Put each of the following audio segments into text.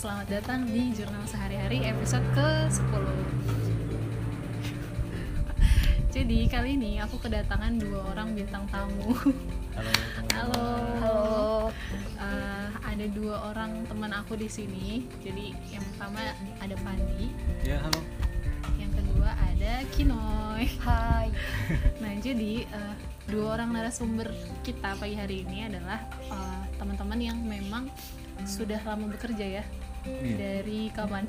selamat datang di Jurnal Sehari-hari episode ke-10. Jadi kali ini aku kedatangan 2 orang bintang tamu. Halo. Halo. Ada 2 orang teman aku di sini. Jadi yang pertama ada Fandi. Ya, halo. Yang kedua ada Kinoy. Hai. Nah, jadi 2 orang narasumber kita pagi hari ini adalah teman-teman yang memang sudah lama bekerja ya. Dari kapan?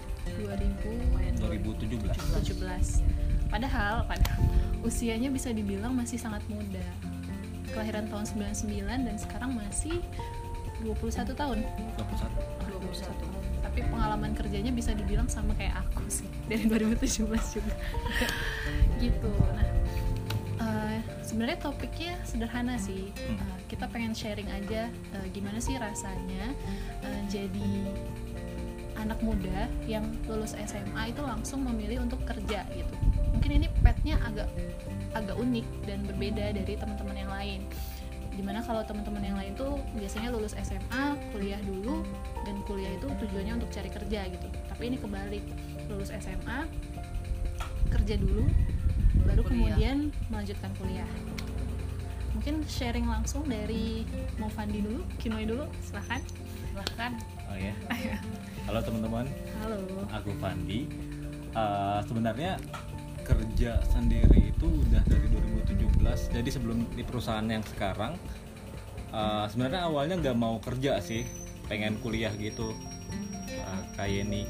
2017. Padahal usianya bisa dibilang masih sangat muda. Kelahiran tahun 99 dan sekarang masih 21 tahun. 21. Tapi pengalaman kerjanya bisa dibilang sama kayak aku sih, dari 2017 juga. Gitu. Nah, sebenarnya topiknya sederhana sih. Kita pengen sharing aja gimana sih rasanya jadi anak muda yang lulus SMA itu langsung memilih untuk kerja gitu. Mungkin ini path-nya agak unik dan berbeda dari teman-teman yang lain. Dimana kalau teman-teman yang lain tuh biasanya lulus SMA, kuliah dulu, dan kuliah itu tujuannya untuk cari kerja gitu. Tapi ini kebalik, lulus SMA, kerja dulu, baru kemudian melanjutkan kuliah. Mungkin sharing langsung dari mau Fandi dulu, Kinoy dulu, silahkan. Oh ya. Halo teman-teman. Halo. Aku Fandi. Sebenarnya kerja sendiri itu udah dari 2017. Jadi sebelum di perusahaan yang sekarang, sebenarnya awalnya nggak mau kerja sih, pengen kuliah gitu, kayak ini.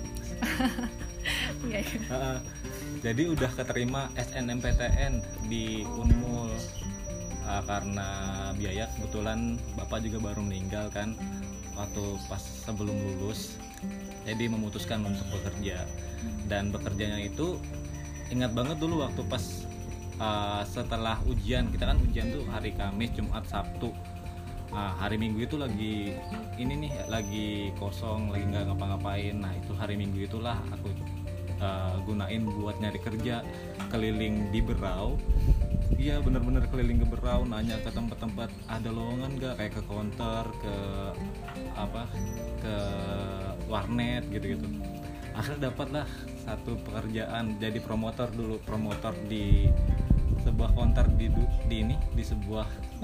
Jadi udah keterima SNMPTN di Unmul. Karena biaya, kebetulan bapak juga baru meninggal kan waktu pas sebelum lulus, jadi memutuskan untuk bekerja. Dan bekerjanya itu ingat banget dulu waktu pas setelah ujian, kita kan ujian tuh hari Kamis, Jumat, Sabtu. Hari Minggu itu lagi lagi kosong, lagi nggak ngapa-ngapain. Nah itu hari Minggu itulah aku gunain buat nyari kerja, keliling di Berau. Iya, bener-bener keliling ke Berau, nanya ke tempat-tempat ada lowongan nggak, kayak ke counter, ke warnet gitu-gitu. Akhirnya dapatlah satu pekerjaan jadi promotor di sebuah counter di sebuah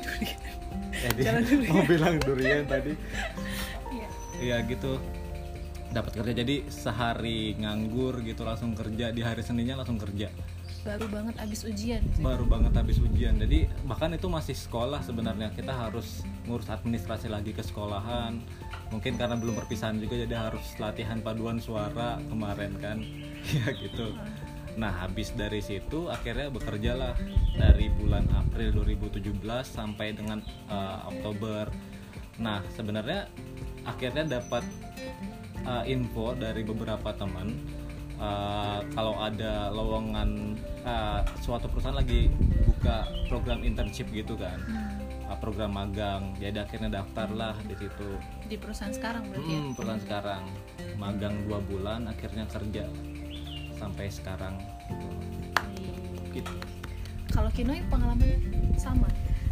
mau bilang durian tadi. Iya gitu. Dapat kerja, jadi sehari nganggur gitu langsung kerja, di hari Seninnya langsung kerja. Baru banget habis ujian. Jadi bahkan itu masih sekolah sebenarnya, kita harus ngurus administrasi lagi ke sekolahan. Mungkin karena belum perpisahan juga, jadi harus latihan paduan suara kemarin kan. Ya gitu. Nah habis dari situ akhirnya bekerjalah dari bulan April 2017 sampai dengan Oktober. Nah sebenarnya akhirnya dapat info dari beberapa teman, kalau ada lowongan, suatu perusahaan lagi buka program internship gitu kan, program magang. Jadi akhirnya daftarlah di situ. Di perusahaan sekarang berarti ya? Perusahaan sekarang, magang 2 bulan, akhirnya kerja sampai sekarang gitu. Kalau Kinoy pengalamannya sama?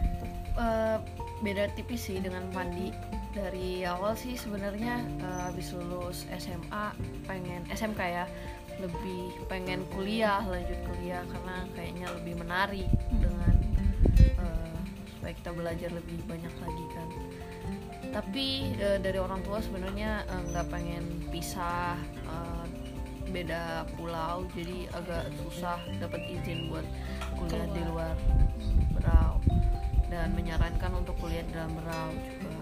Beda tipis sih dengan Fandi. Dari awal sih sebenarnya habis lulus SMA SMK ya, lebih pengen lanjut kuliah karena kayaknya lebih menarik dengan supaya kita belajar lebih banyak lagi kan. Tapi dari orang tua sebenarnya nggak pengen pisah, beda pulau, jadi agak susah dapat izin buat kuliah di luar Berau, dan menyarankan untuk kuliah di dalam Berau juga.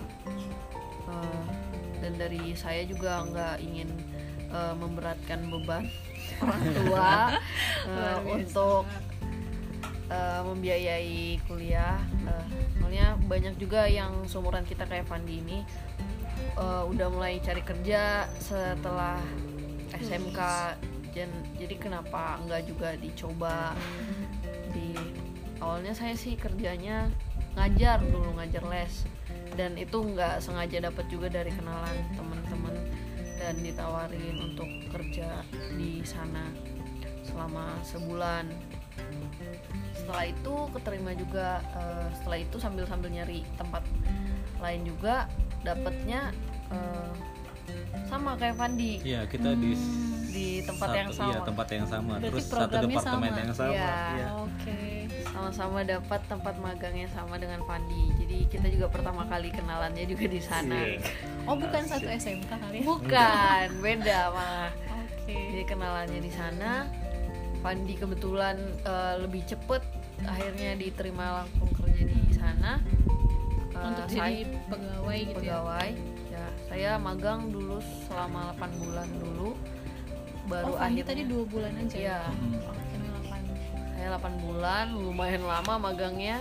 Dan dari saya juga nggak ingin memberatkan beban orang tua untuk membiayai kuliah. Soalnya banyak juga yang seumuran kita kayak Fandi ini udah mulai cari kerja setelah SMK. Jadi kenapa nggak juga dicoba? Di awalnya saya sih kerjanya ngajar les, dan itu nggak sengaja dapat juga dari kenalan teman-teman dan ditawarin untuk kerja di sana selama sebulan. Setelah itu keterima juga. Setelah itu sambil nyari tempat lain juga, dapatnya sama kayak Fandi. Iya, kita Di tempat yang sama. Iya, tempat yang sama. Berarti Terus satu programnya departemen sama? yang sama. Iya. Iya. Oke. Sama-sama dapat tempat magangnya sama dengan Fandi. Jadi kita juga pertama kali kenalannya juga di sana. Iya. Oh, bukan satu SMK kali ya? Bukan, beda malah. Oke. Jadi kenalannya di sana. Fandi kebetulan lebih cepet akhirnya diterima langsung kerja di sana. Untuk jadi pegawai gitu pegawai. Ya, saya magang dulu selama 8 bulan dulu. Baru Oh, Fandi akhirnya tadi 2 bulan aja. Iya. Oke, 8. Saya 8 bulan, lumayan lama magangnya.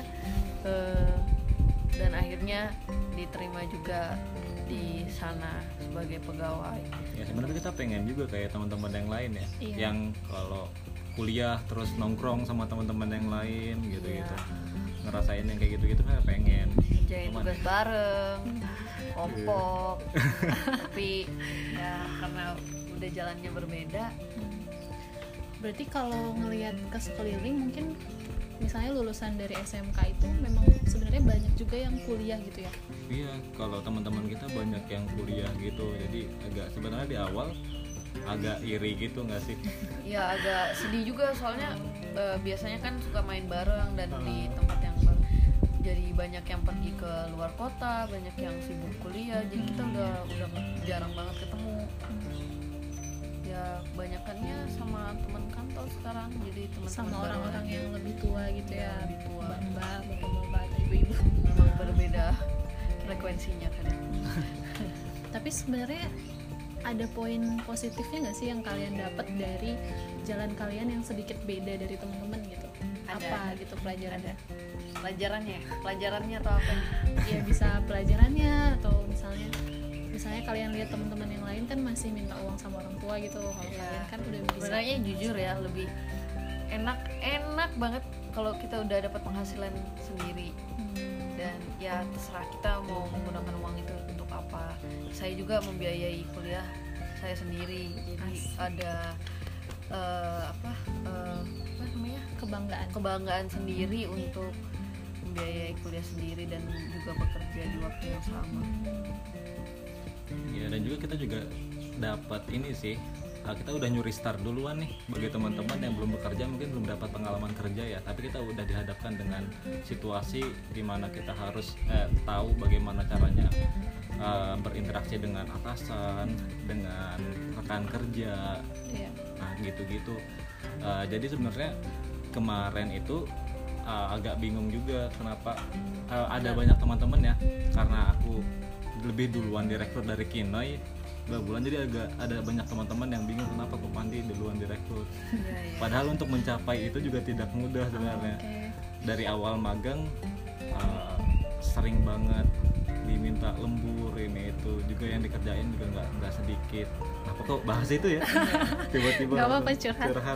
Dan akhirnya diterima juga di sana sebagai pegawai. Ya sebenarnya kita pengen juga kayak teman-teman yang lain ya, Iya. yang kalau kuliah terus nongkrong sama teman-teman yang lain gitu-gitu, ngerasain yang kayak gitu-gitu kan pengen. Kerjain tugas bareng, kelompok, tapi ya karena udah jalannya berbeda. Berarti kalau ngelihat ke sekeliling mungkin misalnya lulusan dari SMK itu memang sebenarnya banyak juga yang kuliah gitu ya. Iya, kalau teman-teman kita banyak yang kuliah gitu, jadi agak sebenarnya di awal agak iri gitu nggak sih? Ya agak sedih juga soalnya biasanya kan suka main bareng dan di tempat yang jadi banyak yang pergi ke luar kota, banyak yang sibuk kuliah, jadi kita udah jarang banget ketemu. Ya kebanyakannya sama teman kantor sekarang, jadi teman-teman Sama baru orang-orang aja. yang lebih tua gitu ya. Lebih tua. Mbak, bapak-bapak, atau ibu-ibu. Memang berbeda frekuensinya kan ya. Tapi sebenarnya ada poin positifnya nggak sih yang kalian dapat dari jalan kalian yang sedikit beda dari teman-teman gitu? Ada. Apa gitu pelajarannya? Pelajarannya atau apa nih? Ya bisa pelajarannya atau misalnya kalian lihat teman-teman yang lain kan masih minta uang sama orang tua gitu. Kalau Iya. kalian kan udah bisa. Sebenarnya jujur ya lebih enak banget kalau kita udah dapat penghasilan sendiri. Dan ya terserah kita mau menggunakan uang itu untuk apa. Saya juga membiayai kuliah saya sendiri, jadi ada apa namanya, kebanggaan sendiri untuk membiayai kuliah sendiri dan juga bekerja di waktu yang sama. Ya dan juga kita juga dapat ini sih, kita udah nyuri start duluan nih bagi teman-teman yang belum bekerja, mungkin belum dapat pengalaman kerja ya, tapi kita udah dihadapkan dengan situasi di mana kita harus tahu bagaimana caranya berinteraksi dengan atasan, dengan rekan kerja, nah gitu-gitu. Jadi sebenarnya kemarin itu agak bingung juga kenapa ada banyak teman-teman ya, karena aku lebih duluan direkrut dari Kinoy 2 bulan, jadi agak ada banyak teman-teman yang bingung kenapa kok Fandi duluan direkrut. Padahal untuk mencapai itu juga tidak mudah sebenarnya. Dari awal magang sering banget diminta lembur, ini itu juga yang dikerjain juga nggak sedikit. Apa kok bahas itu ya? Tiba-tiba Nggak apa-apa, curhat.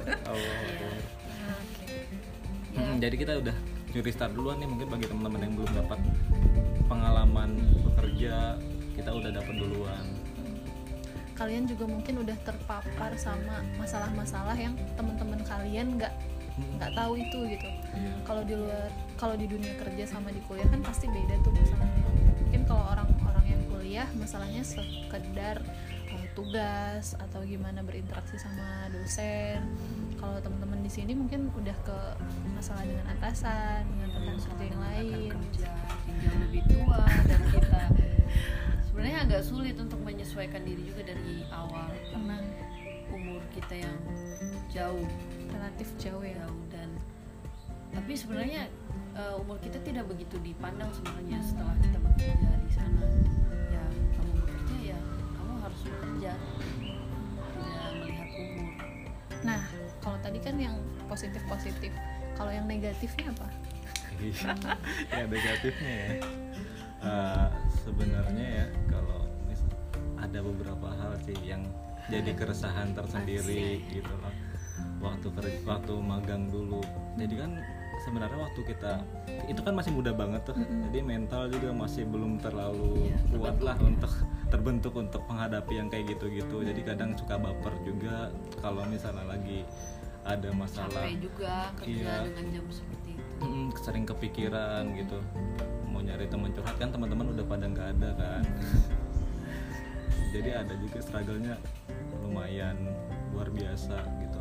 Jadi kita udah nyuri start duluan nih, mungkin bagi teman-teman yang belum dapat pengalaman bekerja, kita udah dapat duluan. Kalian juga mungkin udah terpapar sama masalah-masalah yang teman-teman kalian nggak tahu itu gitu. Kalau di dunia kerja sama di kuliah kan pasti beda tuh masalahnya. Mungkin kalau orang-orang yang kuliah masalahnya sekedar tugas atau gimana berinteraksi sama dosen. Kalau teman-teman di sini mungkin udah ke masalah dengan atasan, dengan rekan kerja yang lain. Yang lebih tua dan kita sebenarnya agak sulit untuk menyesuaikan diri juga dari awal karena umur kita yang relatif jauh ya. Dan tapi sebenarnya umur kita tidak begitu dipandang sebenarnya setelah kita bekerja di sana. Ya kamu bekerja ya kamu harus bekerja, tidak melihat umur. Nah kalau tadi kan yang positif, kalau yang negatifnya apa? Ya negatifnya ya sebenarnya ya, kalau misal ada beberapa hal sih yang jadi keresahan tersendiri gitu loh waktu magang dulu. Jadi kan sebenarnya waktu kita itu kan masih muda banget tuh, jadi mental juga masih belum terlalu kuat lah untuk terbentuk untuk menghadapi yang kayak gitu-gitu. Jadi kadang suka baper juga kalau misalnya lagi ada masalah. Capek juga kerja dengan jam seperti itu. Sering kepikiran gitu, mau nyari teman curhat kan teman-teman udah pada nggak ada kan. jadi ada juga struggle-nya lumayan luar biasa gitu.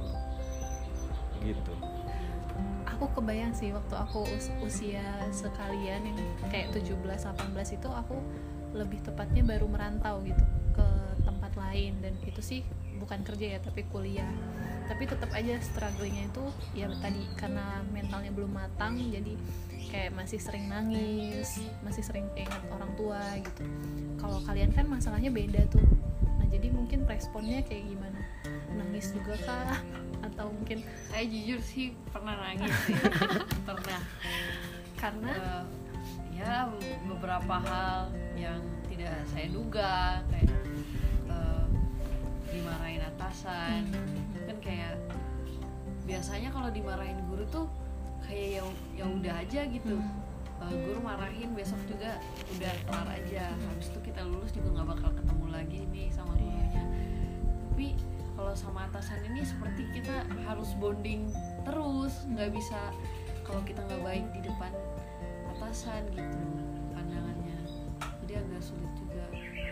Aku kebayang sih waktu aku usia sekalian yang kayak 17-18 itu, aku lebih tepatnya baru merantau gitu ke tempat lain, dan itu sih bukan kerja ya tapi kuliah. Tapi tetap aja strugglingnya itu ya tadi karena mentalnya belum matang, jadi kayak masih sering nangis, masih sering ingat orang tua gitu. Kalau kalian kan masalahnya beda tuh. Nah jadi mungkin responnya kayak gimana? Nangis juga kah? Atau mungkin Saya jujur sih pernah nangis sih. Pernah. karena Ya beberapa hal yang tidak saya duga, kayak dimarahin atasan. Kan kayak biasanya kalau dimarahin guru tuh kayak ya udah aja gitu. Guru marahin besok juga udah kelar aja, habis itu kita lulus juga nggak bakal ketemu lagi nih sama gurunya. Tapi kalau sama atasan ini seperti kita harus bonding terus, nggak bisa kalau kita nggak baik di depan atasan gitu pandangannya, jadi agak sulit juga.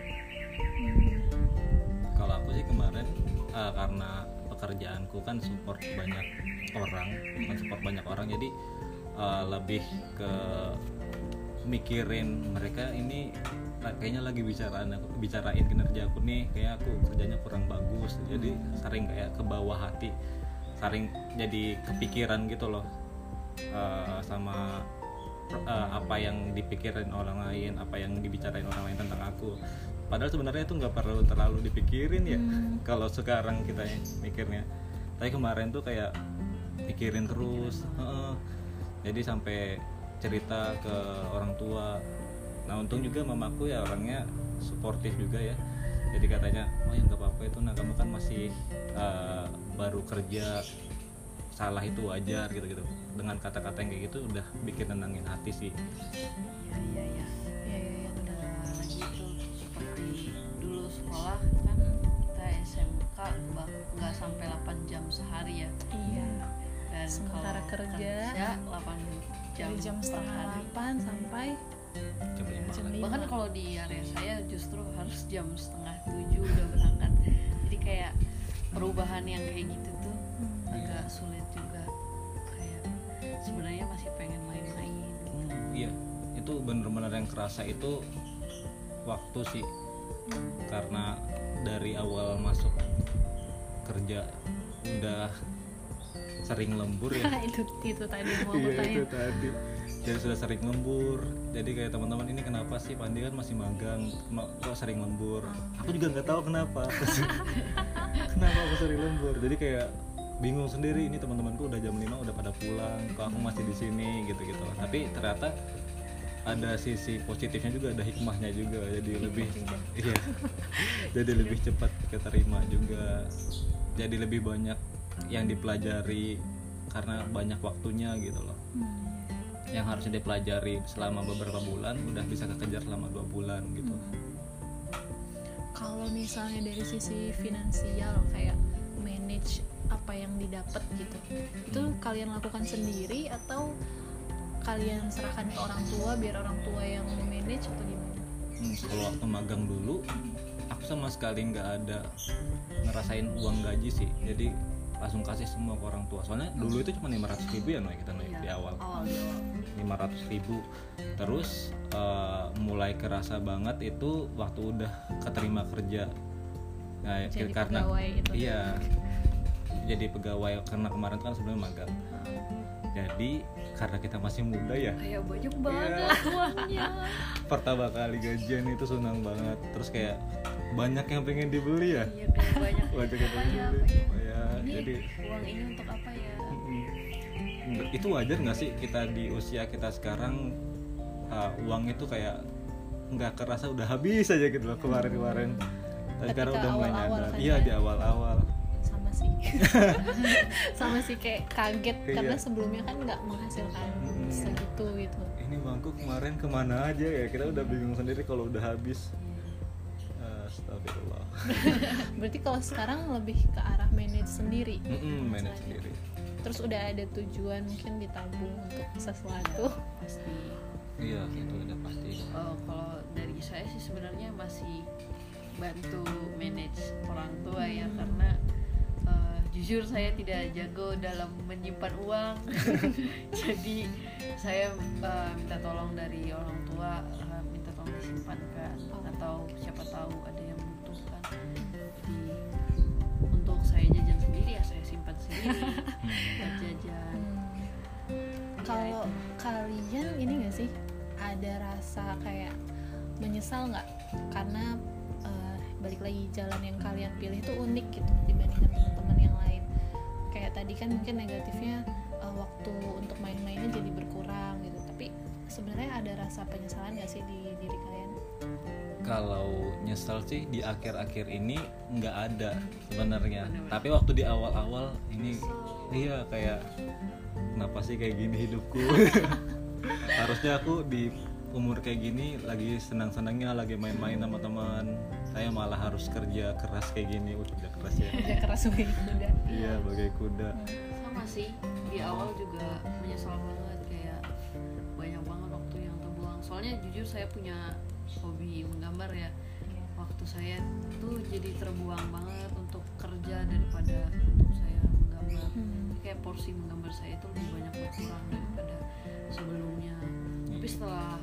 Kalau aku sih kemarin karena pekerjaanku kan support banyak orang, jadi lebih ke mikirin mereka ini kayaknya lagi bicarain kinerja aku nih, kayak aku kerjanya kurang bagus, jadi sering kayak ke bawah hati, sering jadi kepikiran gitu loh sama apa yang dipikirin orang lain, apa yang dibicarain orang lain tentang aku. Padahal sebenarnya itu nggak perlu terlalu dipikirin ya kalau sekarang kita mikirnya. Tapi kemarin tuh kayak pikirin terus, jadi sampai cerita ke orang tua. Nah untung juga mamaku ya orangnya suportif juga ya, jadi katanya oh ya nggak apa-apa itu, nah kamu kan masih baru kerja, salah itu wajar gitu. Dengan kata-kata yang kayak gitu udah bikin nenangin hati sih. Iya benar gitu. Seperti dulu sekolah kan kita SMK nggak sampai 8 jam sehari ya. iya, Dan sementara kalau kerja 8 jam dari jam per setengah hari. 8 sampai Jam 5 jam lagi. 5. Bahkan kalau di area saya justru harus jam 6:30 udah berangkat. Jadi kayak perubahan yang kayak gitu tuh agak sulit juga. Kayak sebenarnya masih pengen main-main. Iya, itu bener-bener yang kerasa itu waktu sih, karena dari awal masuk kerja udah sering lembur ya. itu tadi mau aku Iya tanya. itu tadi, jadi sudah sering lembur. Jadi kayak teman-teman ini kenapa sih Pandi kan masih magang, kok sering lembur? Aku juga nggak tahu kenapa. Kenapa aku sering lembur? Jadi kayak bingung sendiri, ini teman-temanku udah jam 5 udah pada pulang, kok aku masih di sini gitu. Tapi ternyata ada sisi positifnya juga, ada hikmahnya juga, jadi lebih iya. Jadi lebih cepat keterima juga. Jadi lebih banyak yang dipelajari karena banyak waktunya gitu loh. Yang harusnya dipelajari selama beberapa bulan udah bisa kekejar selama 2 bulan gitu. Kalau misalnya dari sisi finansial kayak manage apa yang didapat gitu, itu kalian lakukan sendiri atau kalian serahkan ke orang tua biar orang tua yang manage atau gimana? Kalau waktu magang dulu aku sama sekali nggak ada ngerasain uang gaji sih, jadi langsung kasih semua ke orang tua. Soalnya dulu itu cuma 500.000 ya Noy, kita naik di awal. 500.000. Terus mulai kerasa banget itu waktu udah keterima kerja. Nah, Jadi karena pegawai gitu. iya. Jadi pegawai karena kemarin kan sebelumnya magang. Jadi karena kita masih muda ya. Kayak banyak banget uangnya. Pertama kali gajian itu senang banget. Terus kayak banyak yang pengen dibeli ya. Iya kayak banyak. Banyak yang pengen Banyak. dibeli. Ya, Ini jadi uang ini untuk apa ya? itu wajar nggak sih kita di usia kita sekarang uang itu kayak nggak kerasa udah habis aja gitu loh kemarin. Tapi sekarang Ketika udah mulai awal-awal nyadar. kan Iya ya. di awal-awal. Sama sih. Sama sih kayak kaget karena Iya. sebelumnya kan nggak menghasilkan segitu gitu. Ini uangku kemarin kemana aja ya, kita udah bingung sendiri kalau udah habis. Astagfirullah. Berarti kalau sekarang lebih ke arah manage sendiri. Manage Masalahnya. sendiri. Terus udah ada tujuan mungkin ditabung untuk sesuatu. Pasti. Iya itu udah pasti. Kalau dari saya sih sebenarnya masih bantu manage orang tua ya, karena jujur saya tidak jago dalam menyimpan uang. Jadi saya minta tolong dari orang tua, minta tolong disimpankan, atau siapa tahu ada yang membutuhkan. Jadi untuk saya jajan sendiri ya saya simpan sendiri buat jajan. Kalau kalian ini nggak sih ada rasa kayak menyesal nggak karena balik lagi jalan yang kalian pilih itu unik gitu dibandingkan teman-teman yang lain? Kayak tadi kan mungkin negatifnya waktu untuk main-mainnya jadi berkurang gitu, tapi sebenarnya ada rasa penyesalan nggak sih di diri kalian? Kalau nyesel sih di akhir-akhir ini nggak ada sebenarnya, tapi waktu di awal-awal ini iya kayak kenapa sih kayak gini hidupku. Harusnya aku di umur kayak gini lagi senang-senangnya lagi main-main sama teman, saya malah harus kerja keras kayak gini. Kerja keras ya. Kerja keras bagai kuda. Iya, bagai kuda. Sama sih, di awal juga menyesal banget, kayak banyak banget waktu yang terbuang. Soalnya jujur saya punya hobi menggambar ya. Waktu saya tuh jadi terbuang banget untuk kerja daripada untuk saya menggambar. Kayak porsi menggambar saya itu lebih banyak berkurang daripada sebelumnya. Tapi setelah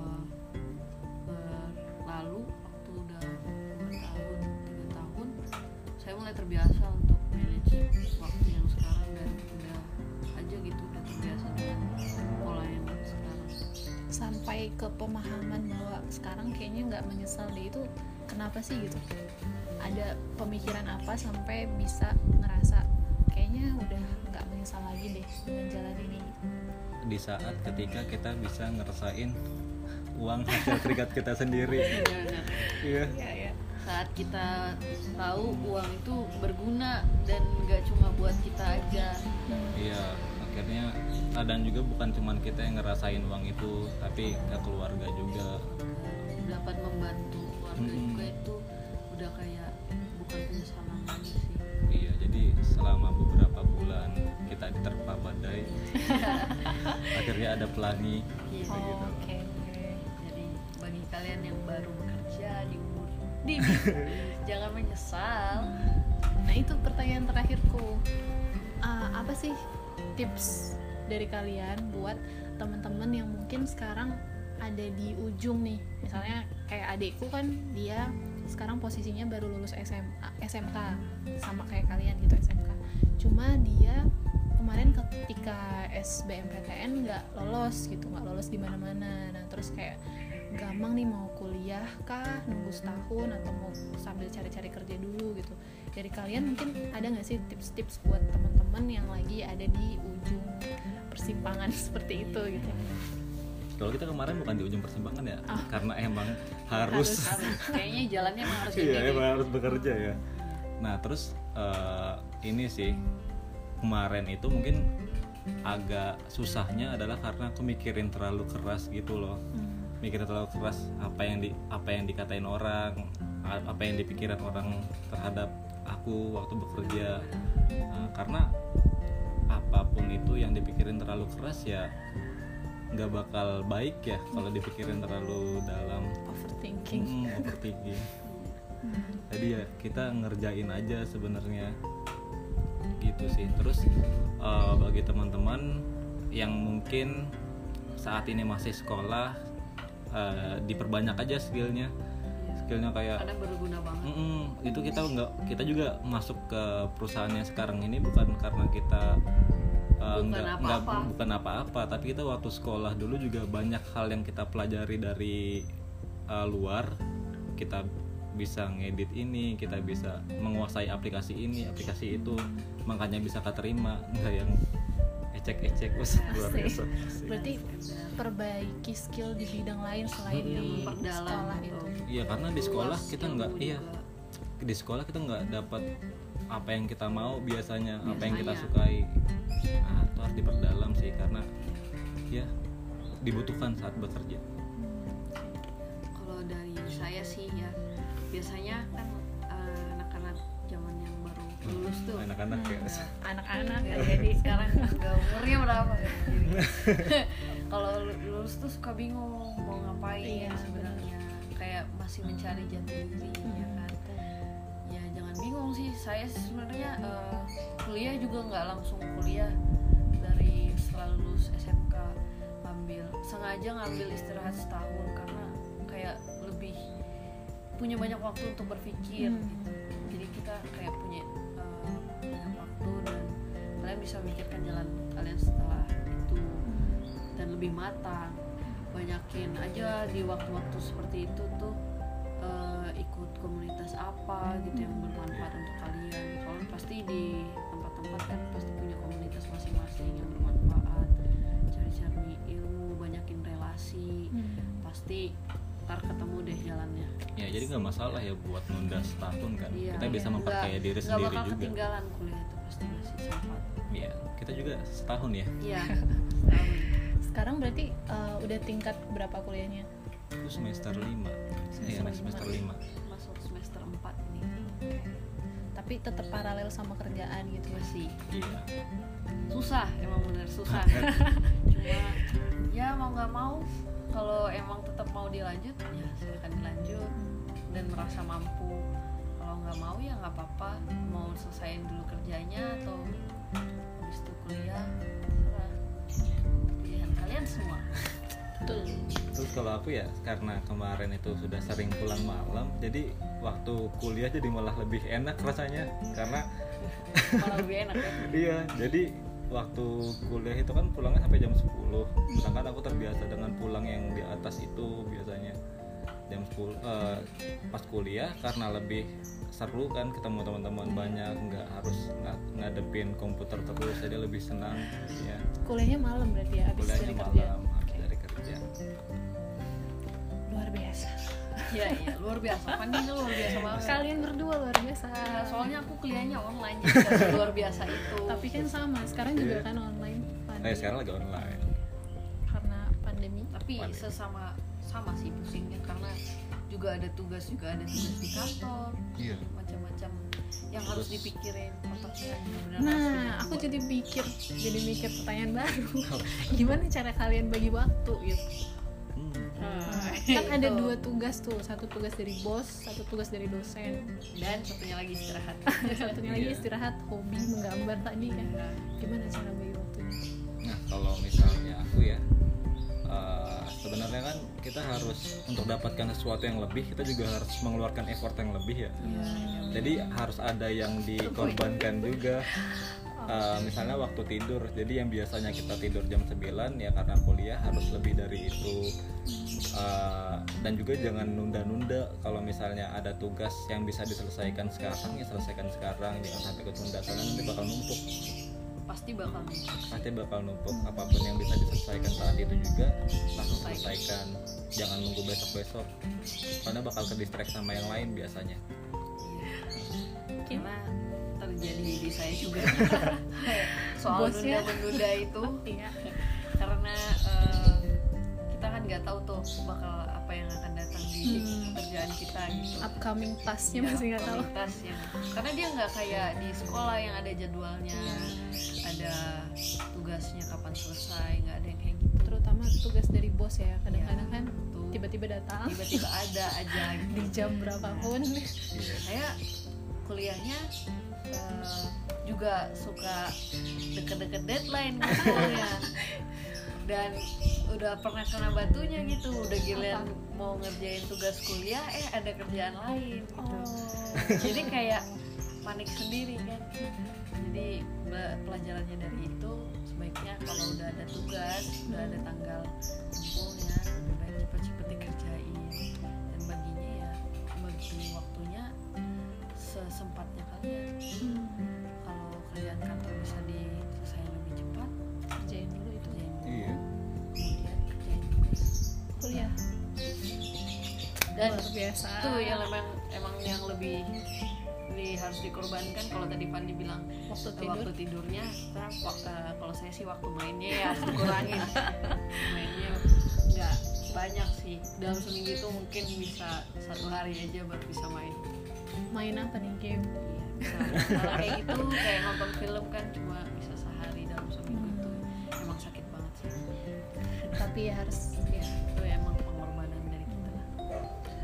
berlalu waktu udah 2 tahun, 3 tahun, saya mulai terbiasa untuk manage waktu yang sekarang, dan udah aja gitu, udah terbiasa dengan pola yang sekarang. Sampai ke pemahaman bahwa sekarang kayaknya nggak menyesal deh, itu kenapa sih gitu? Ada pemikiran apa sampai bisa ngerasa kayaknya udah nggak menyesal lagi deh dengan jalan ini? Di saat ketika kita bisa ngerasain uang hasil keringat kita sendiri. Iya. Ya. Saat kita tahu uang itu berguna dan nggak cuma buat kita aja. Iya, akhirnya dan juga bukan cuma kita yang ngerasain uang itu, tapi ke keluarga juga. Dapat membantu keluarga juga itu udah kayak bukan penyesalan lagi sih. Iya, jadi selama beberapa bulan kita diterpa badai, akhirnya ada pelangi. Gitu. Oke. Jadi bagi kalian yang baru bekerja di umur jangan menyesal. Nah itu pertanyaan terakhirku. Apa sih tips dari kalian buat teman-teman yang mungkin sekarang ada di ujung nih? Misalnya kayak adikku kan, dia sekarang posisinya baru lulus SMK sama kayak kalian gitu, SMK. Cuma dia kemarin ketika SBMPTN nggak lolos di mana-mana. Nah terus kayak gampang nih mau kuliah kah, nunggu setahun, atau mau sambil cari-cari kerja dulu gitu. Dari kalian mungkin ada nggak sih tips-tips buat teman-teman yang lagi ada di ujung persimpangan seperti itu gitu? Kalau kita kemarin bukan di ujung persimpangan ya, karena emang harus. Kayaknya jalannya emang harus Iya, emang harus bekerja ya. Nah terus ini sih kemarin itu mungkin agak susahnya adalah karena aku mikirin terlalu keras gitu loh. Mikirin terlalu keras apa yang dikatain orang, apa yang dipikiran orang terhadap aku waktu bekerja. Karena apapun itu yang dipikirin terlalu keras ya nggak bakal baik ya kalau dipikirin terlalu dalam. Overthinking. Jadi ya kita ngerjain aja sebenarnya gitu sih. Terus bagi teman-teman yang mungkin saat ini masih sekolah, diperbanyak aja skillnya kayak karena berguna banget. Itu kita juga masuk ke perusahaan yang sekarang ini bukan karena kita bukan apa-apa, tapi kita waktu sekolah dulu juga banyak hal yang kita pelajari dari luar. Kita bisa ngedit ini, kita bisa menguasai aplikasi ini, aplikasi itu, makanya bisa keterima, nggak yang ecek-ecek luar biasa. Berarti perbaiki skill di bidang lain selain di sekolah itu. Iya, karena di sekolah kita nggak dapat apa yang kita mau biasanya. Apa yang kita sukai. Itu harus diperdalam sih, karena ya dibutuhkan saat bekerja. Kalau dari saya sih ya, biasanya kan anak-anak zaman yang baru lulus tuh, anak-anak ya. Anak-anak ya, jadi sekarang nggak umurnya berapa ya. Kalau lulus tuh suka bingung mau ngapain sebenarnya, kayak masih mencari jati diri ya kan. Ya jangan bingung sih, saya sebenarnya kuliah juga nggak langsung kuliah dari setelah lulus SMK, sengaja ngambil istirahat setahun karena kayak lebih punya banyak waktu untuk berpikir gitu. Jadi kita kayak punya banyak waktu dan kalian bisa memikirkan jalan kalian setelah itu dan lebih matang. Banyakin aja di waktu-waktu seperti itu tuh ikut komunitas apa gitu yang bermanfaat untuk kalian. Soalnya pasti di tempat-tempat kan pasti punya komunitas masing-masing yang bermanfaat. Cari-cari ilmu, banyakin relasi, pasti ntar ketemu deh jalannya. Ya jadi nggak masalah ya buat nunda setahun kan. Iya, Kita bisa memperkaya diri sendiri nggak bakal juga. ketinggalan kuliah itu pasti masih sempat. Iya, kita juga setahun ya. Iya, setahun. Sekarang berarti udah tingkat berapa kuliahnya? Itu semester 5. Iya, semester 5. Masuk semester 4 ini. Tapi tetap paralel sama kerjaan gitu Masih Iya. susah, emang bener susah. Cuma ya mau nggak mau, kalau emang tetap mau dilanjut ya silakan dilanjut dan merasa mampu. Kalau nggak mau ya nggak apa-apa, mau selesaiin dulu kerjanya atau habis itu kuliah, terserah. Pilihan kalian semua. Betul. Terus kalau aku ya karena kemarin itu sudah sering pulang malam, jadi waktu kuliah jadi malah lebih enak rasanya karena Malah lebih enak ya. iya, jadi waktu kuliah itu kan pulangnya sampai jam 10. Sedangkan aku terbiasa dengan pulang yang di atas itu biasanya jam 10 pas kuliah karena lebih seru kan ketemu teman-teman banyak, nggak harus ngadepin komputer terus, jadi lebih senang ya. Kuliahnya malam berarti ya, habis Kuliahnya dari kerja. malam habis dari kerja. Luar biasa. Iya, luar biasa. Pandi itu luar biasa banget. Kalian berdua luar biasa. Nah, soalnya aku kuliahnya online jadi gak luar biasa itu. Tapi kan sama, sekarang juga Iya. kan online. Sekarang lagi online. Karena pandemi. Tapi Pandemi. sama sih pusingnya karena juga ada tugas di kantor, Iya. macam-macam yang harus Terus- dipikirin otaknya benar-benar. Nah, aku jadi mikir pertanyaan baru. Gimana cara kalian bagi waktu gitu? Kan ada 2 tugas tuh, satu tugas dari bos, satu tugas dari dosen, dan satunya lagi istirahat. satunya lagi Iya. istirahat, hobi menggambar tadi kan. Gimana cara bagi waktunya? Nah kalau misalnya aku ya sebenarnya kan kita harus untuk dapatkan sesuatu yang lebih, kita juga harus mengeluarkan effort yang lebih ya. Jadi harus ada yang dikorbankan juga. Misalnya waktu tidur, jadi yang biasanya kita tidur jam 9 ya karena kuliah harus lebih dari itu. Dan juga jangan nunda-nunda. Kalau misalnya ada tugas yang bisa diselesaikan sekarang ya selesaikan sekarang, jangan sampai ketunda karena nanti bakal numpuk. Pasti bakal numpuk. Apapun yang bisa diselesaikan saat itu juga langsung selesaikan, jangan nunggu besok karena bakal ke-distract sama yang lain biasanya. Karena terjadi di saya juga soal Bosnya. menunda itu. Iya. Karena kita kan nggak tahu tuh bakal apa yang akan datang di pekerjaan kita gitu. Upcoming tasknya Ya, masih nggak tahu. kualitasnya. Karena dia nggak kayak di sekolah yang ada jadwalnya, ada tugasnya kapan selesai, nggak ada yang kayak gitu. Terutama tugas dari bos ya, kadang-kadang Ya, kan betul. tiba-tiba datang Tiba-tiba ada aja gitu. di jam berapapun. Saya kuliahnya juga suka deket-deket deadline ngumpulnya dan udah pernah kena batunya gitu, udah giliran mau ngerjain tugas kuliah ada kerjaan lain gitu. Jadi kayak panik sendiri kan. Jadi pelajarannya dari itu sebaiknya kalau udah ada tugas, udah ada tanggal kumpulnya, lebih baik cepet-cepet dikerjain dan bagi waktunya sesempatnya kalian. Kalau kerjaan kantor bisa diselesaikan lebih cepat, Kerjain dulu itu. kerjain dulu, Iya. kemudian kerjain tugas. Kuliah. Dan Luar biasa. itu yang emang yang lebih harus dikorbankan. Kalau tadi Fandi bilang Waktu tidur. waktu tidurnya, kalau saya sih waktu mainnya ya harus dikurangin. Mainnya nggak banyak sih, dalam seminggu itu mungkin bisa 1 hari aja baru bisa main. Main apa nih, game? Iya, misalnya kayak gitu, kayak nonton film kan cuma bisa sehari dalam seminggu itu emang sakit banget sih. Tapi ya harus ya. Itu emang pengorbanan dari kita lah.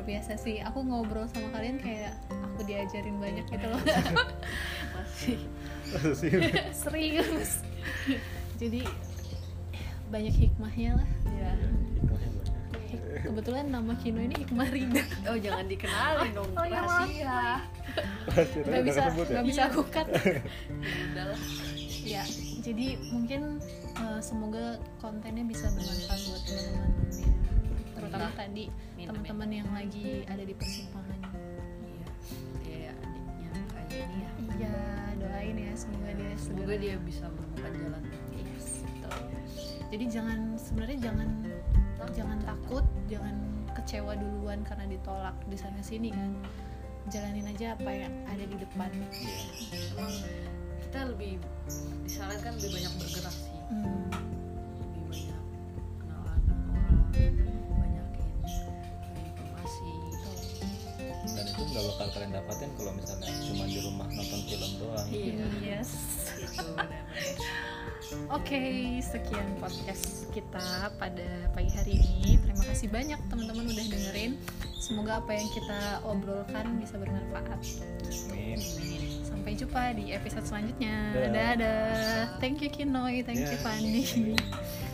luar biasa sih. Aku ngobrol sama kalian kayak aku diajarin banyak gitu loh. Masih Serius. Jadi banyak hikmahnya lah. ya. Kebetulan nama Kino ini Hikmah Rida. Oh jangan dikenalin dong, Oh, ya, rahasia. Gak bisa, gak bisa aku cut. Udahlah. Ya, jadi mungkin semoga kontennya bisa bermanfaat buat teman-teman ya. Terutama tadi teman-teman yang lagi ada di persimpangan. Iya. Kayak adiknya kayak ini ya. Iya, doain ya semoga dia Semoga dia bisa menemukan jalan. Yes, betul. Jadi sebenarnya jangan takut, jangan kecewa duluan karena ditolak di sana sini kan. Jalanin aja apa yang ada di depan. Emang kita lebih disarankan lebih banyak bergerak sih. Lebih banyak kenalan dengan orang, banyakin informasi. Dan itu nggak bakal kalian dapatin kalau misalnya cuma di rumah nonton film doang. Iya. Yes. Gitu benar-benar. Oke, sekian podcast kita pada pagi hari ini. Terima kasih banyak teman-teman udah dengerin. Semoga apa yang kita obrolkan bisa bermanfaat. Amin. Sampai jumpa di episode selanjutnya. Dadah. Dadah. Thank you Kinoy, thank you Fandi.